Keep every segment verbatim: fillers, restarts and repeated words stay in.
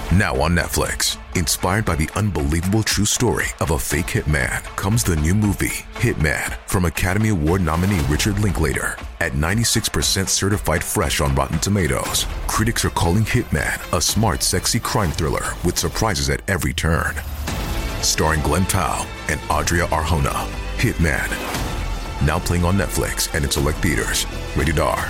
Now on Netflix, inspired by the unbelievable true story of a fake hitman, comes the new movie, Hitman, from Academy Award nominee Richard Linklater. At ninety-six percent certified fresh on Rotten Tomatoes, critics are calling Hitman a smart, sexy crime thriller with surprises at every turn. Starring Glenn Powell and Adria Arjona, Hitman. Now playing on Netflix and in select theaters. Rated R.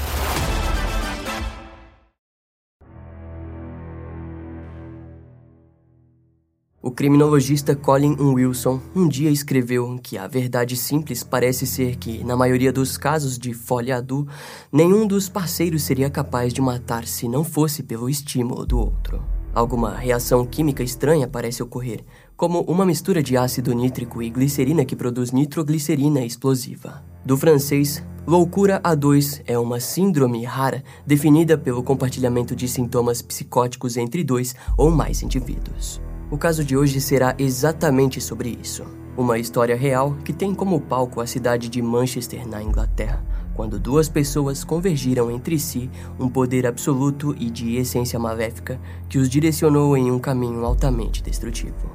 O criminologista Colin Wilson um dia escreveu que a verdade simples parece ser que, na maioria dos casos de folie à deux, nenhum dos parceiros seria capaz de matar se não fosse pelo estímulo do outro. Alguma reação química estranha parece ocorrer, como uma mistura de ácido nítrico e glicerina que produz nitroglicerina explosiva. Do francês, loucura a dois é uma síndrome rara definida pelo compartilhamento de sintomas psicóticos entre dois ou mais indivíduos. O caso de hoje será exatamente sobre isso. Uma história real que tem como palco a cidade de Manchester, na Inglaterra, quando duas pessoas convergiram entre si um poder absoluto e de essência maléfica que os direcionou em um caminho altamente destrutivo.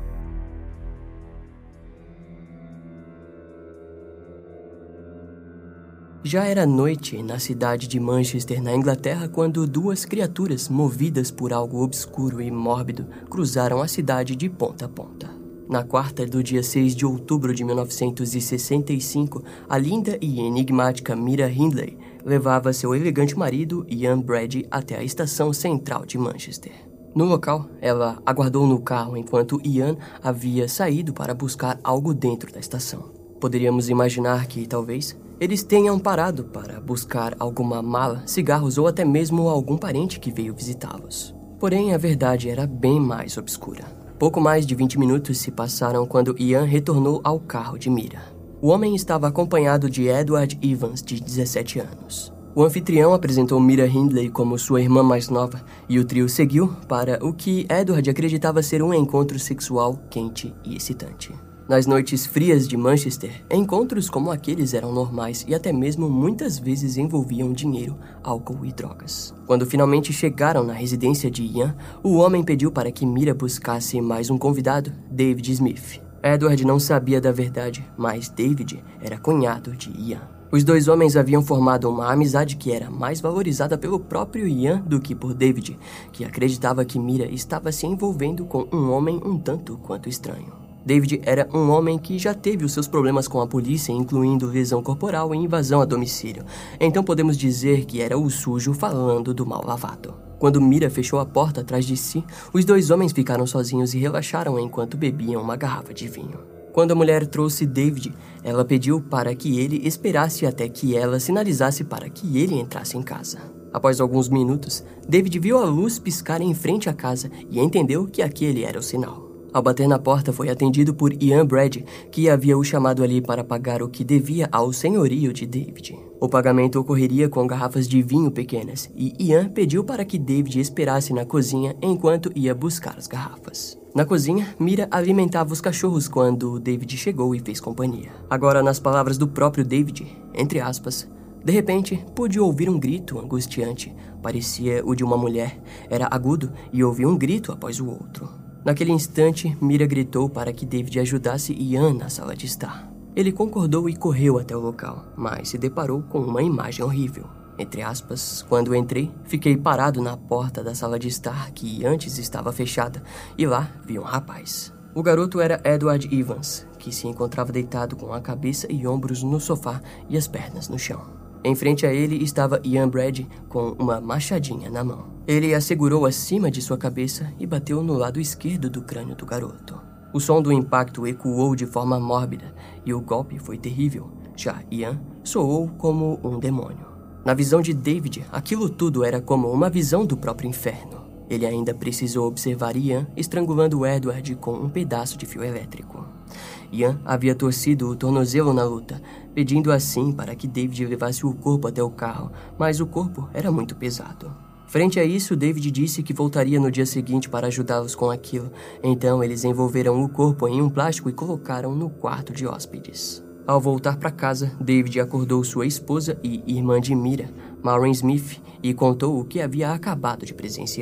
Já era noite na cidade de Manchester, na Inglaterra, quando duas criaturas, movidas por algo obscuro e mórbido, cruzaram a cidade de ponta a ponta. Na quarta do dia seis de outubro de mil novecentos e sessenta e cinco, a linda e enigmática Mira Hindley levava seu elegante marido, Ian Brady, até a estação central de Manchester. No local, ela aguardou no carro enquanto Ian havia saído para buscar algo dentro da estação. Poderíamos imaginar que, talvez, eles tenham parado para buscar alguma mala, cigarros ou até mesmo algum parente que veio visitá-los. Porém, a verdade era bem mais obscura. Pouco mais de vinte minutos se passaram quando Ian retornou ao carro de Mira. O homem estava acompanhado de Edward Evans, de dezessete anos. O anfitrião apresentou Mira Hindley como sua irmã mais nova e o trio seguiu para o que Edward acreditava ser um encontro sexual quente e excitante. Nas noites frias de Manchester, encontros como aqueles eram normais e até mesmo muitas vezes envolviam dinheiro, álcool e drogas. Quando finalmente chegaram na residência de Ian, o homem pediu para que Mira buscasse mais um convidado, David Smith. Edward não sabia da verdade, mas David era cunhado de Ian. Os dois homens haviam formado uma amizade que era mais valorizada pelo próprio Ian do que por David, que acreditava que Mira estava se envolvendo com um homem um tanto quanto estranho. David era um homem que já teve os seus problemas com a polícia, incluindo lesão corporal e invasão a domicílio. Então podemos dizer que era o sujo falando do mal lavado. Quando Mira fechou a porta atrás de si, os dois homens ficaram sozinhos e relaxaram enquanto bebiam uma garrafa de vinho. Quando a mulher trouxe David, ela pediu para que ele esperasse até que ela sinalizasse para que ele entrasse em casa. Após alguns minutos, David viu a luz piscar em frente à casa e entendeu que aquele era o sinal. Ao bater na porta, foi atendido por Ian Brady, que havia o chamado ali para pagar o que devia ao senhorio de David. O pagamento ocorreria com garrafas de vinho pequenas, e Ian pediu para que David esperasse na cozinha enquanto ia buscar as garrafas. Na cozinha, Mira alimentava os cachorros quando David chegou e fez companhia. Agora, nas palavras do próprio David, entre aspas, de repente, pude ouvir um grito angustiante. Parecia o de uma mulher. Era agudo e ouvi um grito após o outro. Naquele instante, Mira gritou para que David ajudasse Ian na sala de estar. Ele concordou e correu até o local, mas se deparou com uma imagem horrível. Entre aspas, quando entrei, fiquei parado na porta da sala de estar que antes estava fechada, e lá vi um rapaz. O garoto era Edward Evans, que se encontrava deitado com a cabeça e ombros no sofá e as pernas no chão. Em frente a ele estava Ian Brady com uma machadinha na mão. Ele a segurou acima de sua cabeça e bateu no lado esquerdo do crânio do garoto. O som do impacto ecoou de forma mórbida e o golpe foi terrível. Já Ian soou como um demônio. Na visão de David, aquilo tudo era como uma visão do próprio inferno. Ele ainda precisou observar Ian estrangulando Edward com um pedaço de fio elétrico. Ian havia torcido o tornozelo na luta, pedindo assim para que David levasse o corpo até o carro, mas o corpo era muito pesado. Frente a isso, David disse que voltaria no dia seguinte para ajudá-los com aquilo, então eles envolveram o corpo em um plástico e colocaram no quarto de hóspedes. Ao voltar para casa, David acordou sua esposa e irmã de Mira, Maureen Smith, e contou o que havia acabado de presenciar.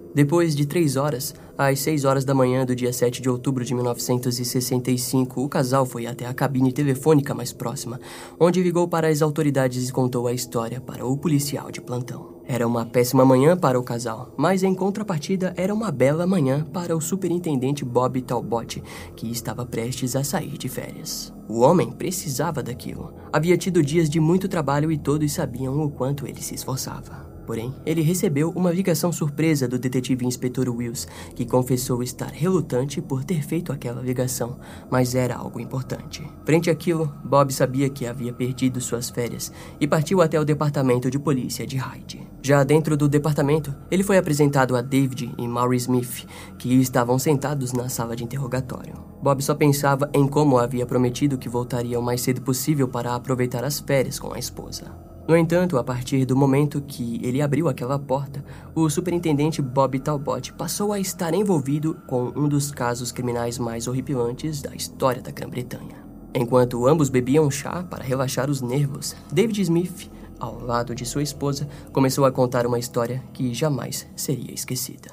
Depois de três horas, às seis horas da manhã do dia sete de outubro de mil novecentos e sessenta e cinco, o casal foi até a cabine telefônica mais próxima, onde ligou para as autoridades e contou a história para o policial de plantão. Era uma péssima manhã para o casal, mas em contrapartida era uma bela manhã para o superintendente Bob Talbot, que estava prestes a sair de férias. O homem precisava daquilo. Havia tido dias de muito trabalho e todos sabiam o quanto ele se esforçava. Porém, ele recebeu uma ligação surpresa do detetive inspetor Wills, que confessou estar relutante por ter feito aquela ligação, mas era algo importante. Frente àquilo, Bob sabia que havia perdido suas férias e partiu até o departamento de polícia de Hyde. Já dentro do departamento, ele foi apresentado a David e Maury Smith, que estavam sentados na sala de interrogatório. Bob só pensava em como havia prometido que voltaria o mais cedo possível para aproveitar as férias com a esposa. No entanto, a partir do momento que ele abriu aquela porta, o superintendente Bob Talbot passou a estar envolvido com um dos casos criminais mais horripilantes da história da Grã-Bretanha. Enquanto ambos bebiam chá para relaxar os nervos, David Smith, ao lado de sua esposa, começou a contar uma história que jamais seria esquecida.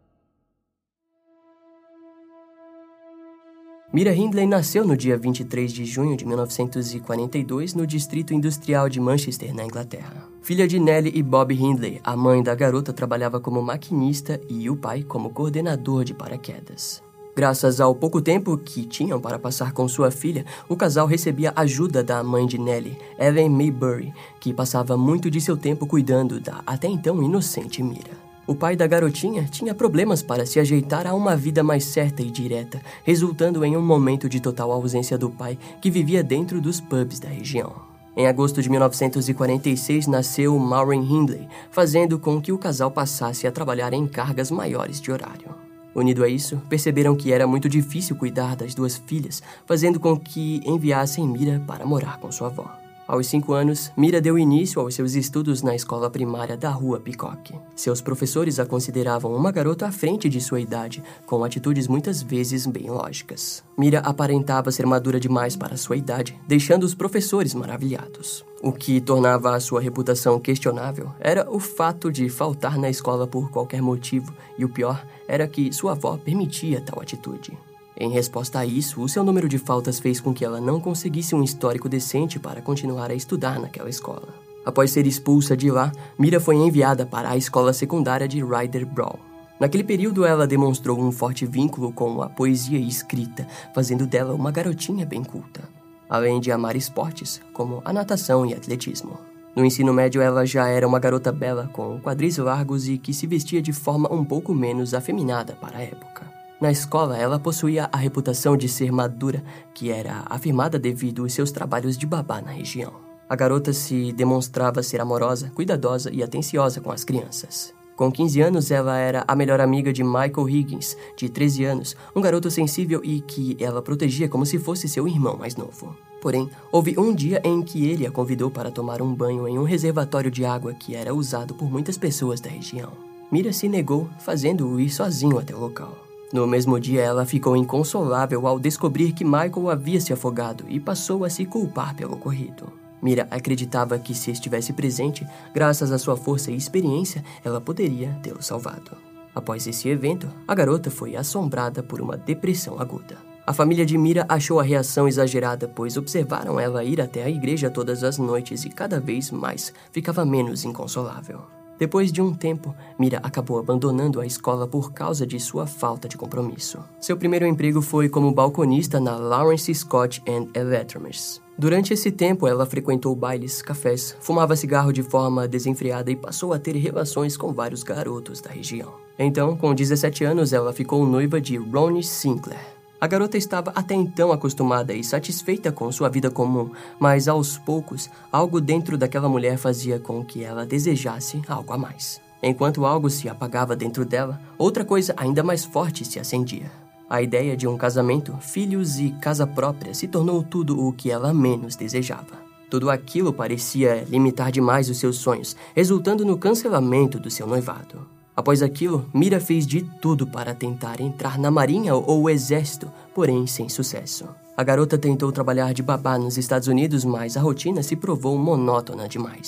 Mira Hindley nasceu no dia vinte e três de junho de mil novecentos e quarenta e dois no distrito industrial de Manchester, na Inglaterra. Filha de Nellie e Bob Hindley, a mãe da garota trabalhava como maquinista e o pai como coordenador de paraquedas. Graças ao pouco tempo que tinham para passar com sua filha, o casal recebia ajuda da mãe de Nellie, Ellen Maybury, que passava muito de seu tempo cuidando da até então inocente Mira. O pai da garotinha tinha problemas para se ajeitar a uma vida mais certa e direta, resultando em um momento de total ausência do pai, que vivia dentro dos pubs da região. Em agosto de mil novecentos e quarenta e seis, nasceu Maureen Hindley, fazendo com que o casal passasse a trabalhar em cargas maiores de horário. Unido a isso, perceberam que era muito difícil cuidar das duas filhas, fazendo com que enviassem Mira para morar com sua avó. Aos cinco anos, Mira deu início aos seus estudos na escola primária da Rua Peacock. Seus professores a consideravam uma garota à frente de sua idade, com atitudes muitas vezes bem lógicas. Mira aparentava ser madura demais para sua idade, deixando os professores maravilhados. O que tornava a sua reputação questionável era o fato de faltar na escola por qualquer motivo, e o pior era que sua avó permitia tal atitude. Em resposta a isso, o seu número de faltas fez com que ela não conseguisse um histórico decente para continuar a estudar naquela escola. Após ser expulsa de lá, Mira foi enviada para a escola secundária de Ryder-Brawl. Naquele período, ela demonstrou um forte vínculo com a poesia e escrita, fazendo dela uma garotinha bem culta, além de amar esportes, como a natação e atletismo. No ensino médio, ela já era uma garota bela, com quadris largos e que se vestia de forma um pouco menos afeminada para a época. Na escola, ela possuía a reputação de ser madura, que era afirmada devido aos seus trabalhos de babá na região. A garota se demonstrava ser amorosa, cuidadosa e atenciosa com as crianças. Com quinze anos, ela era a melhor amiga de Michael Higgins, de treze anos, um garoto sensível e que ela protegia como se fosse seu irmão mais novo. Porém, houve um dia em que ele a convidou para tomar um banho em um reservatório de água que era usado por muitas pessoas da região. Mira se negou, fazendo-o ir sozinho até o local. No mesmo dia, ela ficou inconsolável ao descobrir que Michael havia se afogado e passou a se culpar pelo ocorrido. Mira acreditava que, se estivesse presente, graças à sua força e experiência, ela poderia tê-lo salvado. Após esse evento, a garota foi assombrada por uma depressão aguda. A família de Mira achou a reação exagerada, pois observaram ela ir até a igreja todas as noites e cada vez mais ficava menos inconsolável. Depois de um tempo, Mira acabou abandonando a escola por causa de sua falta de compromisso. Seu primeiro emprego foi como balconista na Lawrence Scott and Electromers. Durante esse tempo, ela frequentou bailes, cafés, fumava cigarro de forma desenfreada e passou a ter relações com vários garotos da região. Então, com dezessete anos, ela ficou noiva de Ronnie Sinclair. A garota estava até então acostumada e satisfeita com sua vida comum, mas aos poucos, algo dentro daquela mulher fazia com que ela desejasse algo a mais. Enquanto algo se apagava dentro dela, outra coisa ainda mais forte se acendia. A ideia de um casamento, filhos e casa própria se tornou tudo o que ela menos desejava. Tudo aquilo parecia limitar demais os seus sonhos, resultando no cancelamento do seu noivado. Após aquilo, Mira fez de tudo para tentar entrar na marinha ou o exército, porém sem sucesso. A garota tentou trabalhar de babá nos Estados Unidos, mas a rotina se provou monótona demais.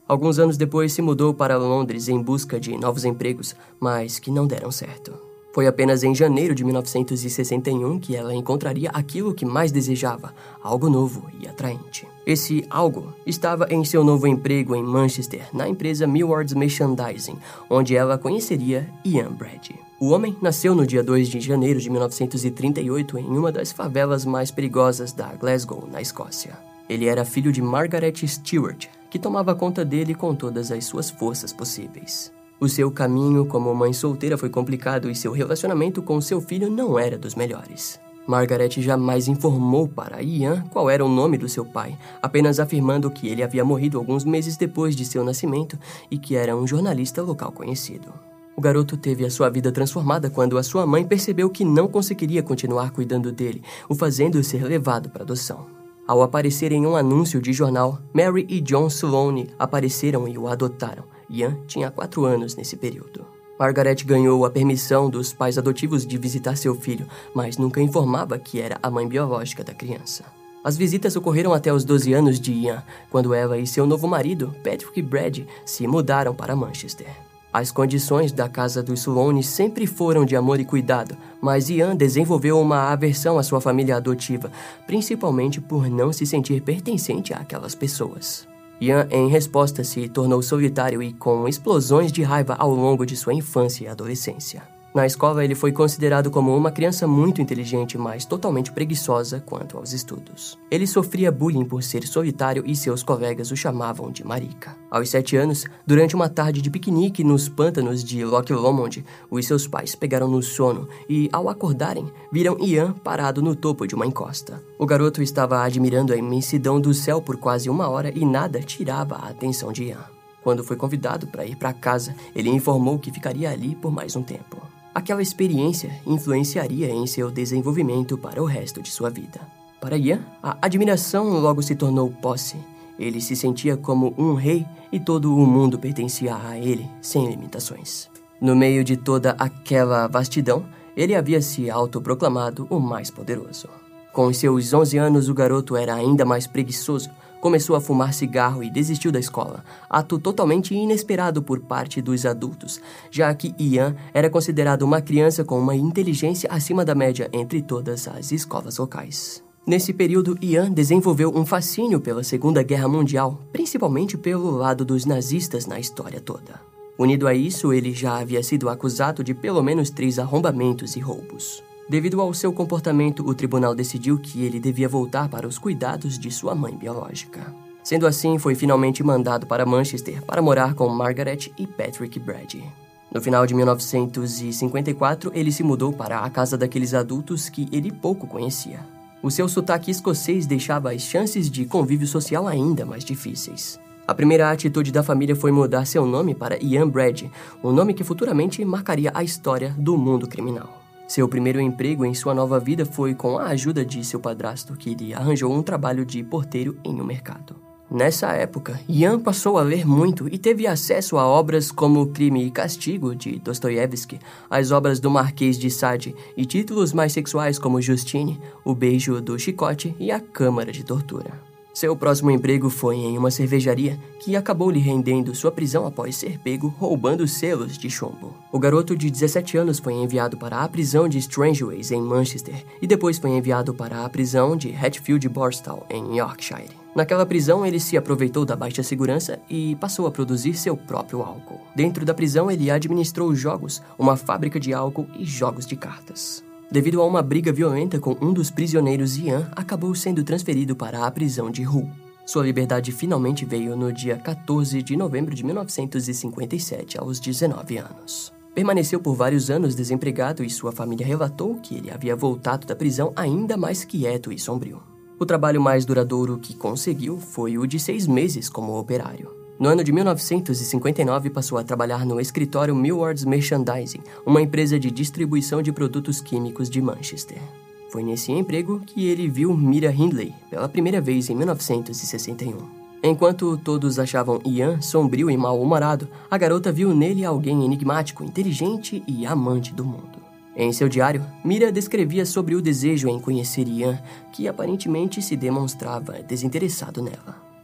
Alguns anos depois se mudou para Londres em busca de novos empregos, mas que não deram certo. Foi apenas em janeiro de mil novecentos e sessenta e um que ela encontraria aquilo que mais desejava, algo novo e atraente. Esse algo estava em seu novo emprego em Manchester, na empresa Millward's Merchandising, onde ela conheceria Ian Brady. O homem nasceu no dia dois de janeiro de mil novecentos e trinta e oito em uma das favelas mais perigosas da Glasgow, na Escócia. Ele era filho de Margaret Stewart, que tomava conta dele com todas as suas forças possíveis. O seu caminho como mãe solteira foi complicado e seu relacionamento com seu filho não era dos melhores. Margaret jamais informou para Ian qual era o nome do seu pai, apenas afirmando que ele havia morrido alguns meses depois de seu nascimento e que era um jornalista local conhecido. O garoto teve a sua vida transformada quando a sua mãe percebeu que não conseguiria continuar cuidando dele, o fazendo ser levado para adoção. Ao aparecer em um anúncio de jornal, Mary e John Sloane apareceram e o adotaram. Ian tinha quatro anos nesse período. Margaret ganhou a permissão dos pais adotivos de visitar seu filho, mas nunca informava que era a mãe biológica da criança. As visitas ocorreram até os doze anos de Ian, quando ela e seu novo marido, Patrick Brady, se mudaram para Manchester. As condições da casa dos Sloane sempre foram de amor e cuidado, mas Ian desenvolveu uma aversão à sua família adotiva, principalmente por não se sentir pertencente àquelas pessoas. Ian, em resposta, se tornou solitário e com explosões de raiva ao longo de sua infância e adolescência. Na escola, ele foi considerado como uma criança muito inteligente, mas totalmente preguiçosa quanto aos estudos. Ele sofria bullying por ser solitário e seus colegas o chamavam de marica. Aos sete anos, durante uma tarde de piquenique nos pântanos de Loch Lomond, os seus pais pegaram no sono e, ao acordarem, viram Ian parado no topo de uma encosta. O garoto estava admirando a imensidão do céu por quase uma hora e nada tirava a atenção de Ian. Quando foi convidado para ir para casa, ele informou que ficaria ali por mais um tempo. Aquela experiência influenciaria em seu desenvolvimento para o resto de sua vida. Para Ian, a admiração logo se tornou posse. Ele se sentia como um rei e todo o mundo pertencia a ele, sem limitações. No meio de toda aquela vastidão, ele havia se autoproclamado o mais poderoso. Com seus onze anos, o garoto era ainda mais preguiçoso. Começou a fumar cigarro e desistiu da escola, ato totalmente inesperado por parte dos adultos, já que Ian era considerado uma criança com uma inteligência acima da média entre todas as escolas locais. Nesse período, Ian desenvolveu um fascínio pela Segunda Guerra Mundial, principalmente pelo lado dos nazistas na história toda. Unido a isso, ele já havia sido acusado de pelo menos três arrombamentos e roubos. Devido ao seu comportamento, o tribunal decidiu que ele devia voltar para os cuidados de sua mãe biológica. Sendo assim, foi finalmente mandado para Manchester para morar com Margaret e Patrick Brady. No final de mil novecentos e cinquenta e quatro, ele se mudou para a casa daqueles adultos que ele pouco conhecia. O seu sotaque escocês deixava as chances de convívio social ainda mais difíceis. A primeira atitude da família foi mudar seu nome para Ian Brady, um nome que futuramente marcaria a história do mundo criminal. Seu primeiro emprego em sua nova vida foi com a ajuda de seu padrasto, que lhe arranjou um trabalho de porteiro em um mercado. Nessa época, Ian passou a ler muito e teve acesso a obras como Crime e Castigo, de Dostoiévski, as obras do Marquês de Sade e títulos mais sexuais como Justine, O Beijo do Chicote e A Câmara de Tortura. Seu próximo emprego foi em uma cervejaria, que acabou lhe rendendo sua prisão após ser pego roubando selos de chumbo. O garoto de dezessete anos foi enviado para a prisão de Strangeways, em Manchester, e depois foi enviado para a prisão de Hatfield Borstal, em Yorkshire. Naquela prisão, ele se aproveitou da baixa segurança e passou a produzir seu próprio álcool. Dentro da prisão, ele administrou jogos, uma fábrica de álcool e jogos de cartas. Devido a uma briga violenta com um dos prisioneiros, Ian acabou sendo transferido para a prisão de Hull. Sua liberdade finalmente veio no dia quatorze de novembro de mil novecentos e cinquenta e sete, aos dezenove anos. Permaneceu por vários anos desempregado e sua família relatou que ele havia voltado da prisão ainda mais quieto e sombrio. O trabalho mais duradouro que conseguiu foi o de seis meses como operário. No ano de mil novecentos e cinquenta e nove, passou a trabalhar no escritório Millward's Merchandising, uma empresa de distribuição de produtos químicos de Manchester. Foi nesse emprego que ele viu Mira Hindley pela primeira vez em mil novecentos e sessenta e um. Enquanto todos achavam Ian sombrio e mal-humorado, a garota viu nele alguém enigmático, inteligente e amante do mundo. Em seu diário, Mira descrevia sobre o desejo em conhecer Ian, que aparentemente se demonstrava desinteressado nela.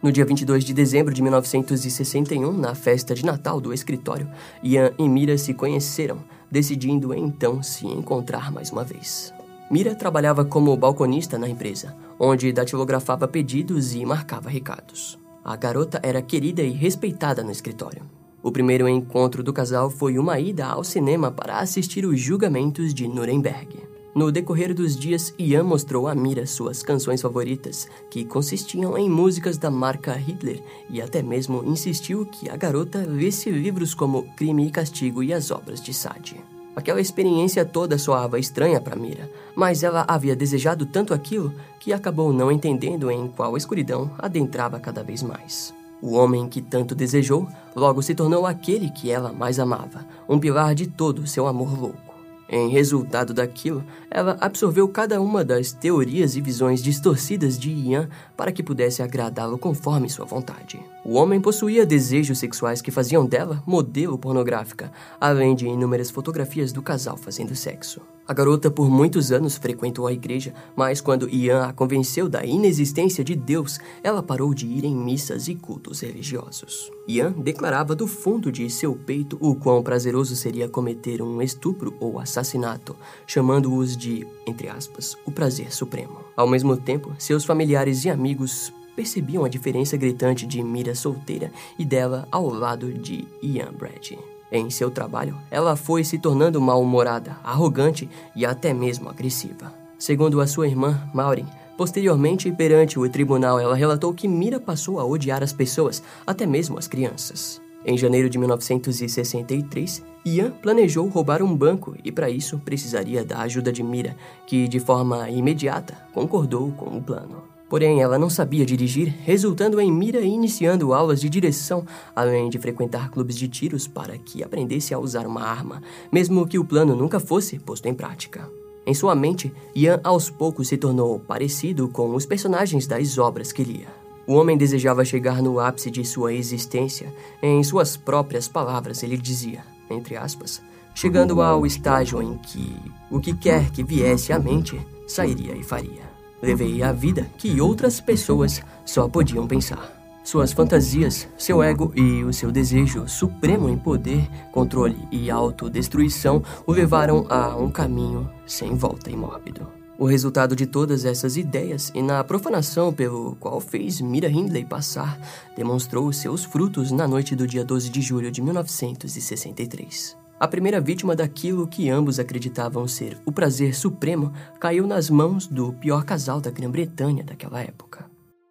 No dia vinte e dois de dezembro de mil novecentos e sessenta e um, na festa de Natal do escritório, Ian e Mira se conheceram, decidindo então se encontrar mais uma vez. Mira trabalhava como balconista na empresa, onde datilografava pedidos e marcava recados. A garota era querida e respeitada no escritório. O primeiro encontro do casal foi uma ida ao cinema para assistir os julgamentos de Nuremberg. No decorrer dos dias, Ian mostrou a Mira suas canções favoritas, que consistiam em músicas da marca Hitler, e até mesmo insistiu que a garota visse livros como Crime e Castigo e As Obras de Sade. Aquela experiência toda soava estranha para Mira, mas ela havia desejado tanto aquilo que acabou não entendendo em qual escuridão adentrava cada vez mais. O homem que tanto desejou logo se tornou aquele que ela mais amava, um pilar de todo seu amor louco. Em resultado daquilo, ela absorveu cada uma das teorias e visões distorcidas de Ian para que pudesse agradá-lo conforme sua vontade. O homem possuía desejos sexuais que faziam dela modelo pornográfica, além de inúmeras fotografias do casal fazendo sexo. A garota por muitos anos frequentou a igreja, mas quando Ian a convenceu da inexistência de Deus, ela parou de ir em missas e cultos religiosos. Ian declarava do fundo de seu peito o quão prazeroso seria cometer um estupro ou assassinato, chamando-os de, entre aspas, o prazer supremo. Ao mesmo tempo, seus familiares e amigos percebiam a diferença gritante de Mira solteira e dela ao lado de Ian Brady. Em seu trabalho, ela foi se tornando mal-humorada, arrogante e até mesmo agressiva. Segundo a sua irmã, Maureen, posteriormente, perante o tribunal, ela relatou que Mira passou a odiar as pessoas, até mesmo as crianças. Em janeiro de mil novecentos e sessenta e três, Ian planejou roubar um banco e, para isso, precisaria da ajuda de Mira, que, de forma imediata, concordou com o plano. Porém, ela não sabia dirigir, resultando em Mira iniciando aulas de direção, além de frequentar clubes de tiros para que aprendesse a usar uma arma, mesmo que o plano nunca fosse posto em prática. Em sua mente, Ian aos poucos se tornou parecido com os personagens das obras que lia. O homem desejava chegar no ápice de sua existência. Em suas próprias palavras, ele dizia, entre aspas, chegando ao estágio em que o que quer que viesse à mente, sairia e faria. Levei a vida que outras pessoas só podiam pensar. Suas fantasias, seu ego e o seu desejo supremo em poder, controle e autodestruição o levaram a um caminho sem volta e mórbido. O resultado de todas essas ideias e na profanação pelo qual fez Mira Hindley passar, demonstrou seus frutos na noite do dia doze de julho de mil novecentos e sessenta e três. A primeira vítima daquilo que ambos acreditavam ser o prazer supremo caiu nas mãos do pior casal da Grã-Bretanha daquela época.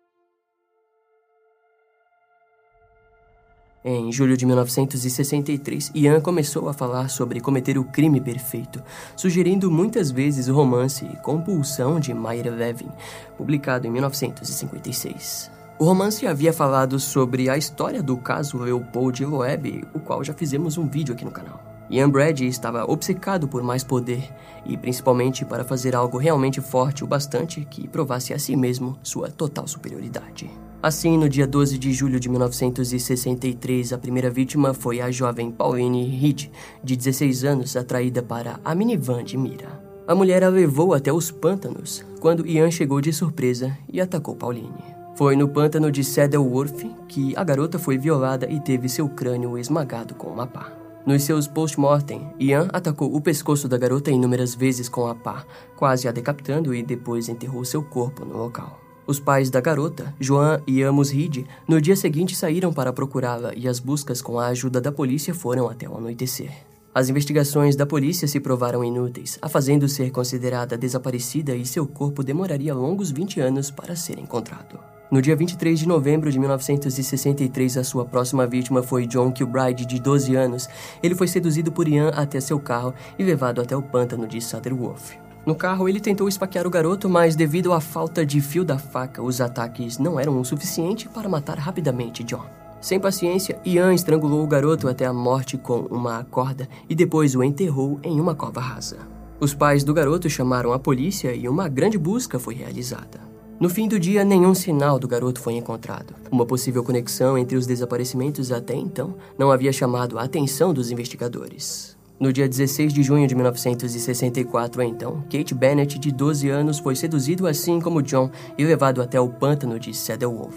Em julho de mil novecentos e sessenta e três, Ian começou a falar sobre cometer o crime perfeito, sugerindo muitas vezes o romance Compulsão de Meyer Levin, publicado em mil novecentos e cinquenta e seis. O romance havia falado sobre a história do caso Leopold Loeb, o qual já fizemos um vídeo aqui no canal. Ian Brady estava obcecado por mais poder e principalmente para fazer algo realmente forte o bastante que provasse a si mesmo sua total superioridade. Assim, no dia doze de julho de mil novecentos e sessenta e três, a primeira vítima foi a jovem Pauline Reed, de dezesseis anos, atraída para a minivan de Mira. A mulher a levou até os pântanos, quando Ian chegou de surpresa e atacou Pauline. Foi no pântano de Saddleworth que a garota foi violada e teve seu crânio esmagado com uma pá. Nos seus post-mortem, Ian atacou o pescoço da garota inúmeras vezes com a pá, quase a decapitando e depois enterrou seu corpo no local. Os pais da garota, Joan e Amos Reed, no dia seguinte saíram para procurá-la e as buscas com a ajuda da polícia foram até o anoitecer. As investigações da polícia se provaram inúteis, a fazendo ser considerada desaparecida e seu corpo demoraria longos vinte anos para ser encontrado. No dia vinte e três de novembro de mil novecentos e sessenta e três, a sua próxima vítima foi John Kilbride, de doze anos. Ele foi seduzido por Ian até seu carro e levado até o pântano de Saddleworth. No carro, ele tentou esfaquear o garoto, mas devido à falta de fio da faca, os ataques não eram o suficiente para matar rapidamente John. Sem paciência, Ian estrangulou o garoto até a morte com uma corda e depois o enterrou em uma cova rasa. Os pais do garoto chamaram a polícia e uma grande busca foi realizada. No fim do dia, nenhum sinal do garoto foi encontrado. Uma possível conexão entre os desaparecimentos até então não havia chamado a atenção dos investigadores. No dia dezesseis de junho de mil novecentos e sessenta e quatro, então, Kate Bennett, de doze anos, foi seduzido assim como John e levado até o pântano de Saddleworth.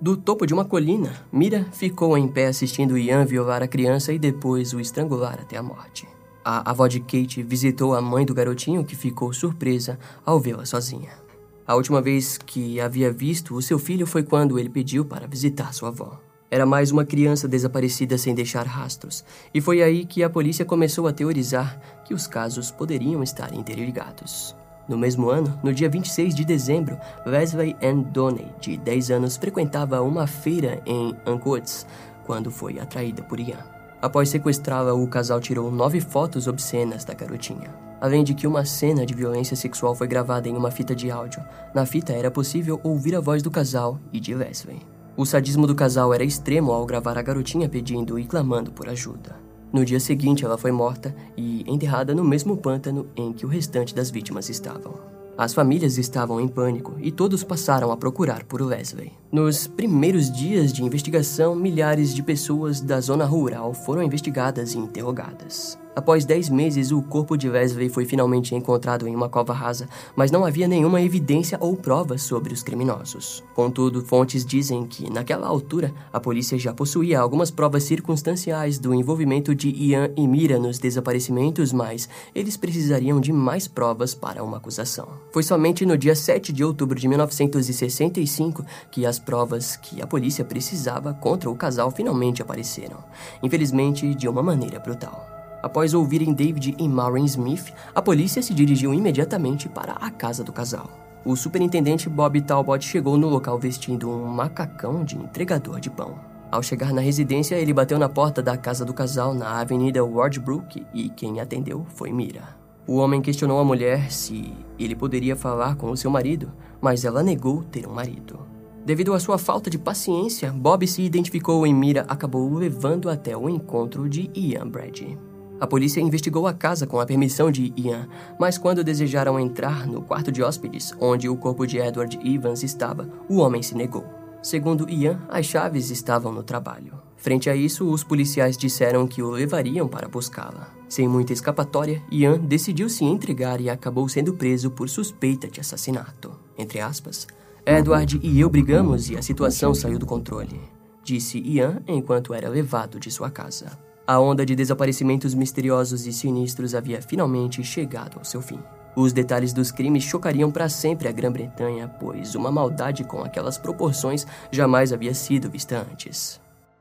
Do topo de uma colina, Mira ficou em pé assistindo Ian violar a criança e depois o estrangular até a morte. A avó de Kate visitou a mãe do garotinho, que ficou surpresa ao vê-la sozinha. A última vez que havia visto o seu filho foi quando ele pediu para visitar sua avó. Era mais uma criança desaparecida sem deixar rastros, e foi aí que a polícia começou a teorizar que os casos poderiam estar interligados. No mesmo ano, no dia vinte e seis de dezembro, Leslie Ann Downey, de dez anos, frequentava uma feira em Ancoats quando foi atraída por Ian. Após sequestrá-la, o casal tirou nove fotos obscenas da garotinha. Além de que uma cena de violência sexual foi gravada em uma fita de áudio. Na fita era possível ouvir a voz do casal e de Leslie. O sadismo do casal era extremo ao gravar a garotinha pedindo e clamando por ajuda. No dia seguinte, ela foi morta e enterrada no mesmo pântano em que o restante das vítimas estavam. As famílias estavam em pânico e todos passaram a procurar por Leslie. Nos primeiros dias de investigação, milhares de pessoas da zona rural foram investigadas e interrogadas. Após dez meses, o corpo de Leslie foi finalmente encontrado em uma cova rasa, mas não havia nenhuma evidência ou prova sobre os criminosos. Contudo, fontes dizem que, naquela altura, a polícia já possuía algumas provas circunstanciais do envolvimento de Ian e Mira nos desaparecimentos, mas eles precisariam de mais provas para uma acusação. Foi somente no dia sete de outubro de mil novecentos e sessenta e cinco que as provas que a polícia precisava contra o casal finalmente apareceram, infelizmente de uma maneira brutal. Após ouvirem David e Maureen Smith, a polícia se dirigiu imediatamente para a casa do casal. O superintendente Bob Talbot chegou no local vestindo um macacão de entregador de pão. Ao chegar na residência, ele bateu na porta da casa do casal na avenida Wardbrook e quem atendeu foi Mira. O homem questionou a mulher se ele poderia falar com o seu marido, mas ela negou ter um marido. Devido à sua falta de paciência, Bob se identificou e Mira acabou o levando até o encontro de Ian Brady. A polícia investigou a casa com a permissão de Ian, mas quando desejaram entrar no quarto de hóspedes, onde o corpo de Edward Evans estava, o homem se negou. Segundo Ian, as chaves estavam no trabalho. Frente a isso, os policiais disseram que o levariam para buscá-la. Sem muita escapatória, Ian decidiu se entregar e acabou sendo preso por suspeita de assassinato. Entre aspas, Edward e eu brigamos e a situação saiu do controle, disse Ian enquanto era levado de sua casa. A onda de desaparecimentos misteriosos e sinistros havia finalmente chegado ao seu fim. Os detalhes dos crimes chocariam para sempre a Grã-Bretanha, pois uma maldade com aquelas proporções jamais havia sido vista antes.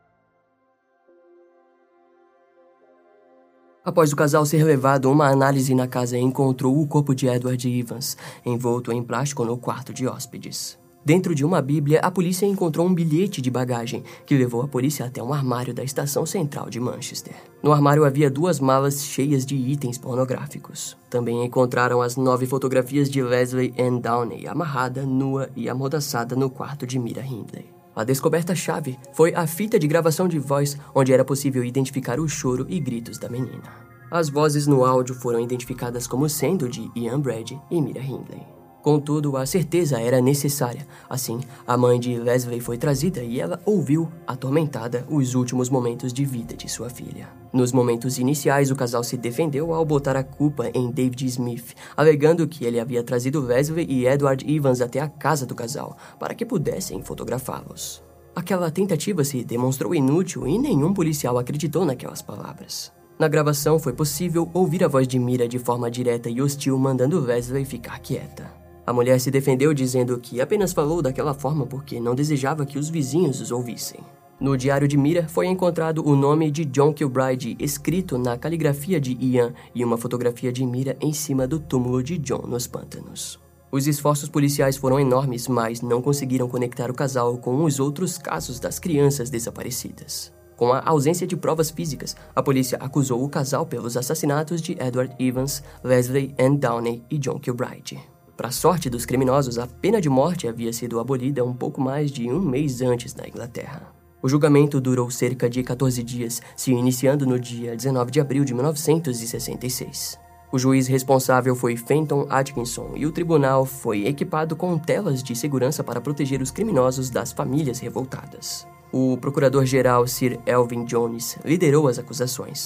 Após o casal ser levado, uma análise na casa encontrou o corpo de Edward Evans, envolto em plástico no quarto de hóspedes. Dentro de uma bíblia, a polícia encontrou um bilhete de bagagem, que levou a polícia até um armário da estação central de Manchester. No armário havia duas malas cheias de itens pornográficos. Também encontraram as nove fotografias de Leslie Ann Downey, amarrada, nua e amordaçada no quarto de Mira Hindley. A descoberta-chave foi a fita de gravação de voz, onde era possível identificar o choro e gritos da menina. As vozes no áudio foram identificadas como sendo de Ian Brady e Mira Hindley. Contudo, a certeza era necessária. Assim, a mãe de Leslie foi trazida e ela ouviu, atormentada, os últimos momentos de vida de sua filha. Nos momentos iniciais, o casal se defendeu ao botar a culpa em David Smith, alegando que ele havia trazido Leslie e Edward Evans até a casa do casal, para que pudessem fotografá-los. Aquela tentativa se demonstrou inútil e nenhum policial acreditou naquelas palavras. Na gravação, foi possível ouvir a voz de Mira de forma direta e hostil, mandando Leslie ficar quieta. A mulher se defendeu dizendo que apenas falou daquela forma porque não desejava que os vizinhos os ouvissem. No diário de Mira foi encontrado o nome de John Kilbride escrito na caligrafia de Ian e uma fotografia de Mira em cima do túmulo de John nos pântanos. Os esforços policiais foram enormes, mas não conseguiram conectar o casal com os outros casos das crianças desaparecidas. Com a ausência de provas físicas, a polícia acusou o casal pelos assassinatos de Edward Evans, Leslie Ann Downey e John Kilbride. Para a sorte dos criminosos, a pena de morte havia sido abolida um pouco mais de um mês antes na Inglaterra. O julgamento durou cerca de quatorze dias, se iniciando no dia dezenove de abril de mil novecentos e sessenta e seis. O juiz responsável foi Fenton Atkinson e o tribunal foi equipado com telas de segurança para proteger os criminosos das famílias revoltadas. O procurador-geral Sir Elvin Jones liderou as acusações.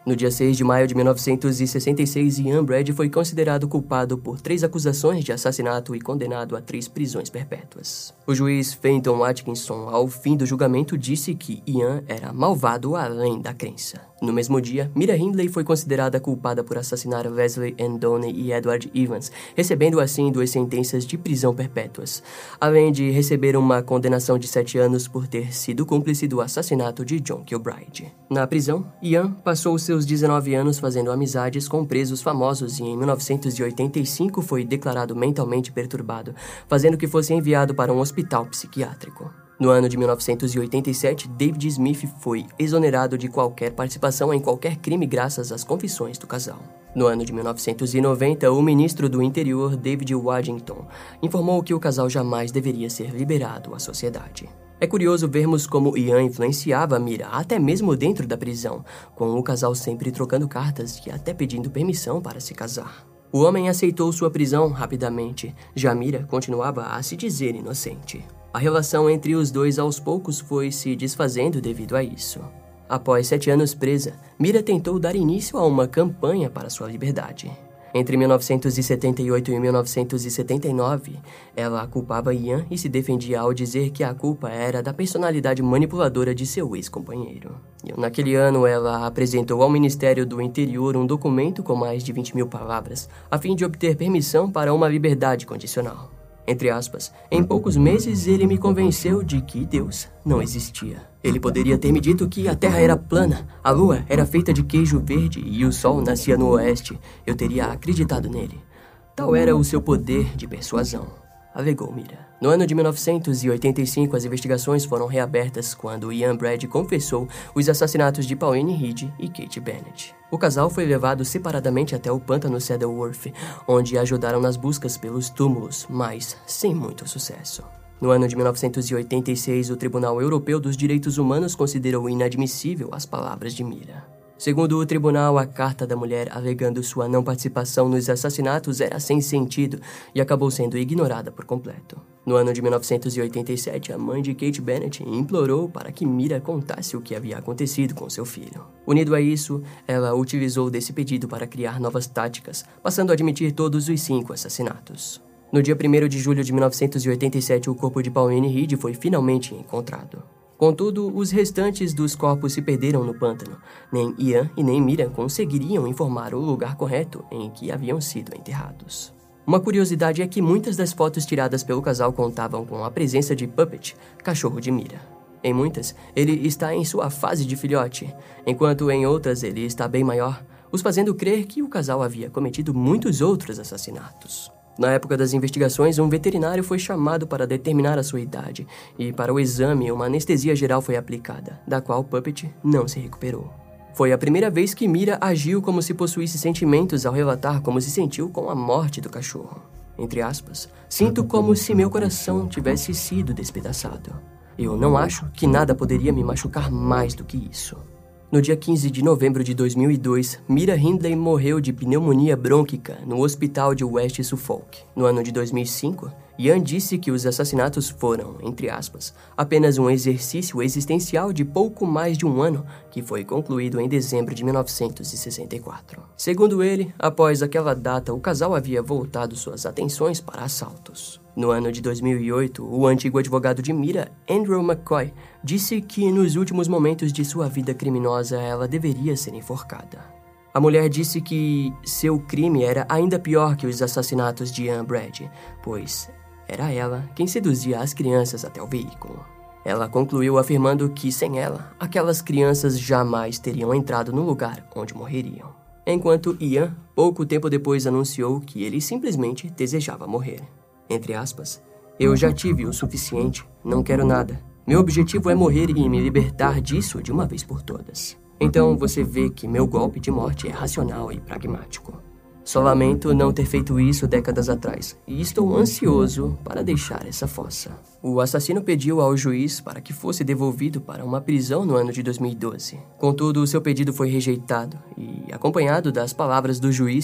No dia seis de maio de mil novecentos e sessenta e seis, Ian Brady foi considerado culpado por três acusações de assassinato e condenado a três prisões perpétuas. O juiz Fenton Atkinson, ao fim do julgamento, disse que Ian era malvado além da crença. No mesmo dia, Mira Hindley foi considerada culpada por assassinar Leslie Ann Downey e Edward Evans, recebendo assim duas sentenças de prisão perpétuas, além de receber uma condenação de sete anos por ter sido cúmplice do assassinato de John Kilbride. Na prisão, Ian passou seus dezenove anos fazendo amizades com presos famosos e em mil novecentos e oitenta e cinco foi declarado mentalmente perturbado, fazendo que fosse enviado para um hospital psiquiátrico. No ano de mil novecentos e oitenta e sete, David Smith foi exonerado de qualquer participação em qualquer crime graças às confissões do casal. No ano de mil novecentos e noventa, o ministro do Interior, David Waddington, informou que o casal jamais deveria ser liberado à sociedade. É curioso vermos como Ian influenciava Mira, até mesmo dentro da prisão, com o casal sempre trocando cartas e até pedindo permissão para se casar. O homem aceitou sua prisão rapidamente, já Mira continuava a se dizer inocente. A relação entre os dois aos poucos foi se desfazendo devido a isso. Após sete anos presa, Mira tentou dar início a uma campanha para sua liberdade. Entre mil novecentos e setenta e oito e mil novecentos e setenta e nove, ela culpava Ian e se defendia ao dizer que a culpa era da personalidade manipuladora de seu ex-companheiro. Naquele ano, ela apresentou ao Ministério do Interior um documento com mais de vinte mil palavras, a fim de obter permissão para uma liberdade condicional. Entre aspas, em poucos meses ele me convenceu de que Deus não existia. Ele poderia ter me dito que a Terra era plana, a Lua era feita de queijo verde e o Sol nascia no oeste. Eu teria acreditado nele. Tal era o seu poder de persuasão, alegou Mira. No ano de mil novecentos e oitenta e cinco, as investigações foram reabertas quando Ian Brady confessou os assassinatos de Pauline Reed e Kate Bennett. O casal foi levado separadamente até o pântano Saddleworth, onde ajudaram nas buscas pelos túmulos, mas sem muito sucesso. No ano de mil novecentos e oitenta e seis, o Tribunal Europeu dos Direitos Humanos considerou inadmissível as palavras de Mira. Segundo o tribunal, a carta da mulher alegando sua não participação nos assassinatos era sem sentido e acabou sendo ignorada por completo. No ano de mil novecentos e oitenta e sete, a mãe de Kate Bennett implorou para que Mira contasse o que havia acontecido com seu filho. Unido a isso, ela utilizou desse pedido para criar novas táticas, passando a admitir todos os cinco assassinatos. No dia primeiro de julho de mil novecentos e oitenta e sete, o corpo de Pauline Reed foi finalmente encontrado. Contudo, os restantes dos corpos se perderam no pântano. Nem Ian e nem Mira conseguiriam informar o lugar correto em que haviam sido enterrados. Uma curiosidade é que muitas das fotos tiradas pelo casal contavam com a presença de Puppet, cachorro de Mira. Em muitas, ele está em sua fase de filhote, enquanto em outras ele está bem maior, os fazendo crer que o casal havia cometido muitos outros assassinatos. Na época das investigações, um veterinário foi chamado para determinar a sua idade, e para o exame, uma anestesia geral foi aplicada, da qual Puppet não se recuperou. Foi a primeira vez que Mira agiu como se possuísse sentimentos ao relatar como se sentiu com a morte do cachorro. Entre aspas, sinto como se meu coração tivesse sido despedaçado. Eu não acho que nada poderia me machucar mais do que isso. No dia quinze de novembro de dois mil e dois, Mira Hindley morreu de pneumonia brônquica no hospital de West Suffolk. No ano de dois mil e cinco, Ian disse que os assassinatos foram, entre aspas, apenas um exercício existencial de pouco mais de um ano, que foi concluído em dezembro de mil novecentos e sessenta e quatro. Segundo ele, após aquela data, o casal havia voltado suas atenções para assaltos. No ano de dois mil e oito, o antigo advogado de Mira, Andrew McCoy, disse que nos últimos momentos de sua vida criminosa ela deveria ser enforcada. A mulher disse que seu crime era ainda pior que os assassinatos de Ian Brady, pois era ela quem seduzia as crianças até o veículo. Ela concluiu afirmando que, sem ela, aquelas crianças jamais teriam entrado no lugar onde morreriam. Enquanto Ian, pouco tempo depois, anunciou que ele simplesmente desejava morrer. Entre aspas, eu já tive o suficiente, não quero nada. Meu objetivo é morrer e me libertar disso de uma vez por todas. Então você vê que meu golpe de morte é racional e pragmático. Só lamento não ter feito isso décadas atrás, e estou ansioso para deixar essa fossa. O assassino pediu ao juiz para que fosse devolvido para uma prisão no ano de dois mil e doze. Contudo, seu pedido foi rejeitado, e, acompanhado das palavras do juiz,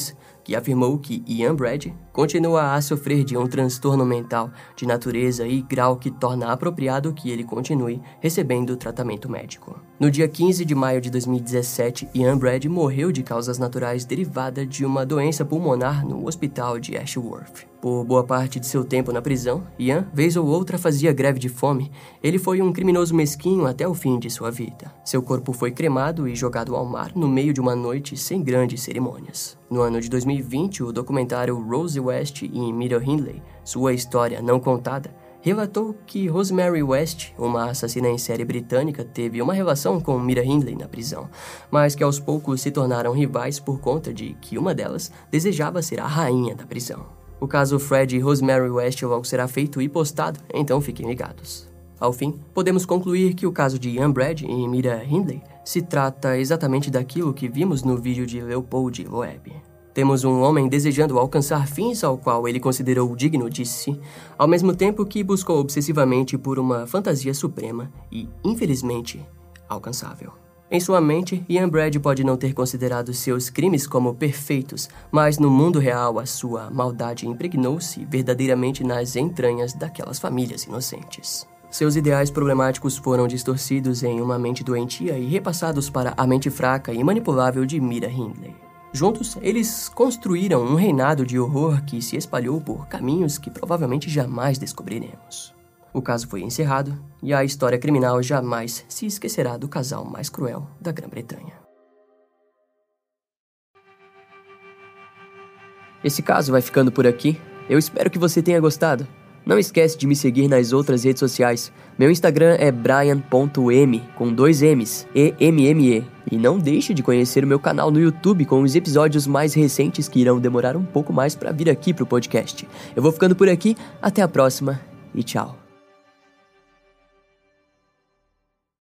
que afirmou que Ian Brady continua a sofrer de um transtorno mental de natureza e grau que torna apropriado que ele continue recebendo tratamento médico. No dia quinze de maio de dois mil e dezessete, Ian Brady morreu de causas naturais derivada de uma doença pulmonar no hospital de Ashworth. Por boa parte de seu tempo na prisão, Ian, vez ou outra, fazia greve de fome. Ele foi um criminoso mesquinho até o fim de sua vida. Seu corpo foi cremado e jogado ao mar no meio de uma noite sem grandes cerimônias. No ano de dois mil e vinte, o documentário Rosie West e Mira Hindley, Sua História Não Contada, relatou que Rosemary West, uma assassina em série britânica, teve uma relação com Mira Hindley na prisão, mas que aos poucos se tornaram rivais por conta de que uma delas desejava ser a rainha da prisão. O caso Fred e Rosemary West logo será feito e postado, então fiquem ligados. Ao fim, podemos concluir que o caso de Ian Brady e Mira Hindley se trata exatamente daquilo que vimos no vídeo de Leopold Loeb. Temos um homem desejando alcançar fins ao qual ele considerou digno de si, ao mesmo tempo que buscou obsessivamente por uma fantasia suprema e, infelizmente, alcançável. Em sua mente, Ian Brady pode não ter considerado seus crimes como perfeitos, mas no mundo real a sua maldade impregnou-se verdadeiramente nas entranhas daquelas famílias inocentes. Seus ideais problemáticos foram distorcidos em uma mente doentia e repassados para a mente fraca e manipulável de Mira Hindley. Juntos, eles construíram um reinado de horror que se espalhou por caminhos que provavelmente jamais descobriremos. O caso foi encerrado e a história criminal jamais se esquecerá do casal mais cruel da Grã-Bretanha. Esse caso vai ficando por aqui. Eu espero que você tenha gostado. Não esquece de me seguir nas outras redes sociais. Meu Instagram é brian ponto m, com dois M's, E M M E. E não deixe de conhecer o meu canal no YouTube com os episódios mais recentes que irão demorar um pouco mais para vir aqui pro podcast. Eu vou ficando por aqui, até a próxima e tchau.